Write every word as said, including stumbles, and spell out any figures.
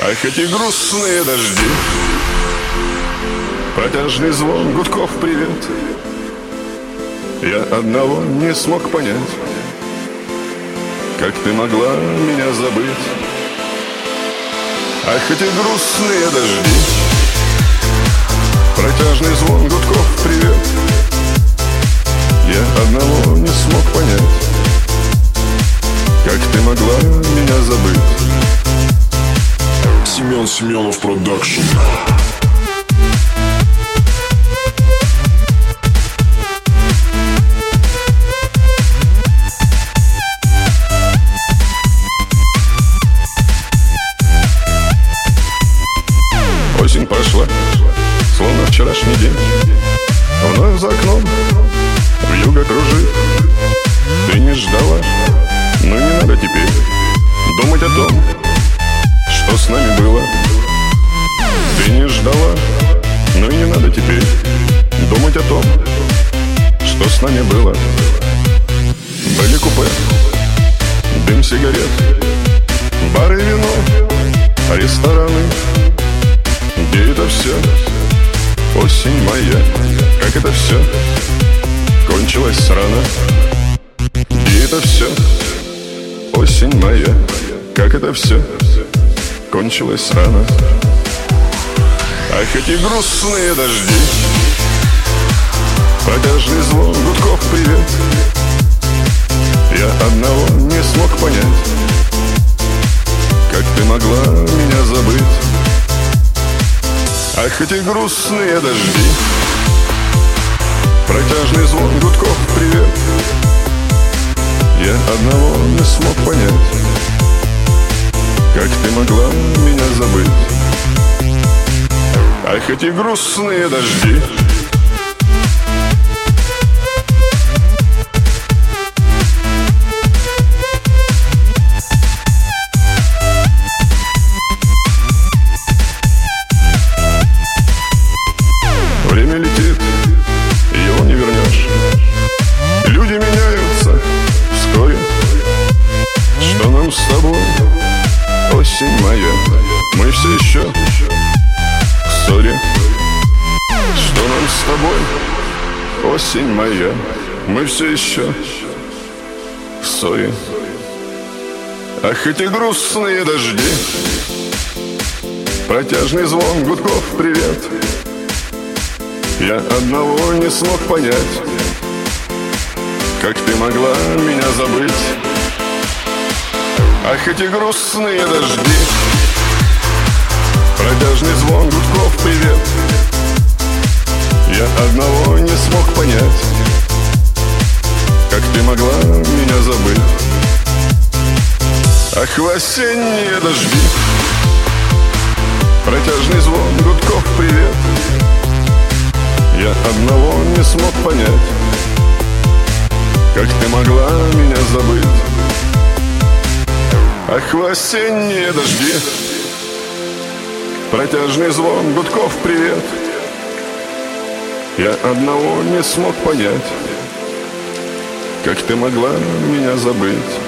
Ах, эти грустные дожди, протяжный звон гудков привет. Я одного не смог понять: как ты могла меня забыть? Ах, эти грустные дожди, протяжный звон гудков привет. Я одного не смог понять: как ты могла меня забыть? Семен Семенов Продакшн. Осень прошла, словно вчерашний день. Вновь за окном вьюга кружит. Ты не ждала, но не надо теперь думать о том, что с нами было. Ты не ждала, но и не надо теперь думать о том, что с нами было. Были купе, дым сигарет, бары, вино, рестораны. Где это все? Осень моя, как это все кончилось рано. Где это все? Осень моя, как это все кончилось рано. Ах, эти грустные дожди, протяжный звон гудков привет. Я одного не смог понять: как ты могла меня забыть? Ах, эти грустные дожди, протяжный звон гудков привет. Я одного не смог понять: как ты могла меня забыть? Ах, эти грустные дожди, время летит, его не вернешь. Люди меняются вскоре. Что нам с тобой, осень моя? Мы все еще в ссоре. Что нам с тобой, осень моя? Мы все еще в ссоре. Ах, эти грустные дожди, протяжный звон гудков привет. Я одного не смог понять: как ты могла меня забыть? Ах, эти грустные дожди, протяжный звон гудков привет. Я одного не смог понять: как ты могла меня забыть? Ах, в осенние дожди, протяжный звон гудков привет. Я одного не смог понять: как ты могла меня забыть? Ах, в осенние дожди, протяжный звон гудков привет. Я одного не смог понять: как ты могла меня забыть?